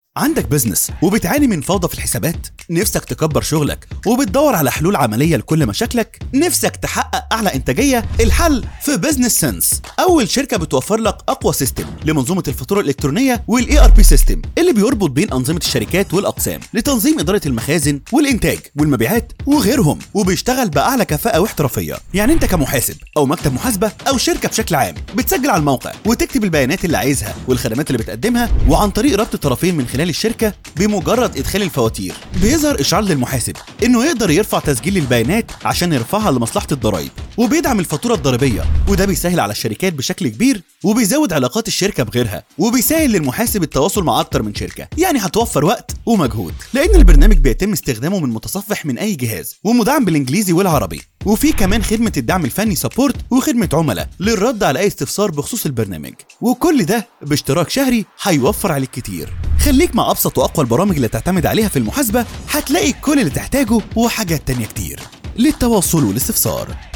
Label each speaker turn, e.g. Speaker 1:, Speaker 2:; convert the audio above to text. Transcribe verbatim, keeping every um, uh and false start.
Speaker 1: عندك بزنس وبتعاني من فوضى في الحسابات؟ نفسك تكبر شغلك وبتدور على حلول عملية لكل مشاكلك؟ نفسك تحقق أعلى إنتاجية؟ الحل في بزنس سنس، أول شركة بتوفر لك أقوى سيستم لمنظومة الفاتورة الإلكترونية والاي ار بي سيستم اللي بيربط بين أنظمة الشركات والأقسام لتنظيم إدارة المخازن والإنتاج والمبيعات وغيرهم، وبيشتغل بأعلى كفاءة واحترافية. يعني أنت كمحاسب أو مكتب محاسبة أو شركة بشكل عام بتسجل على الموقع وتكتب البيانات اللي عايزها والخدمات اللي بتقدمها، وعن طريق ربط الطرفين من خلال الشركة بمجرد إدخال الفواتير بيظهر إشعار للمحاسب إنه يقدر يرفع تسجيل البيانات عشان يرفعها لمصلحة الضرائب، وبيدعم الفاتورة الضريبية، وده بيسهل على الشركات بشكل كبير وبيزود علاقات الشركة بغيرها، وبيسهل للمحاسب التواصل مع أكتر من شركة. يعني هتوفر وقت ومجهود، لأن البرنامج بيتم استخدامه من متصفح من أي جهاز ومدعم بالإنجليزي والعربي، وفي كمان خدمة الدعم الفني سبورت وخدمة عملاء للرد على أي استفسار بخصوص البرنامج، وكل ده باشتراك شهري هيوفر عليك كتير. خليك مع أبسط وأقوى البرامج اللي تعتمد عليها في المحاسبة، هتلاقي كل اللي تحتاجه وحاجات تانية كتير. للتواصل والاستفسار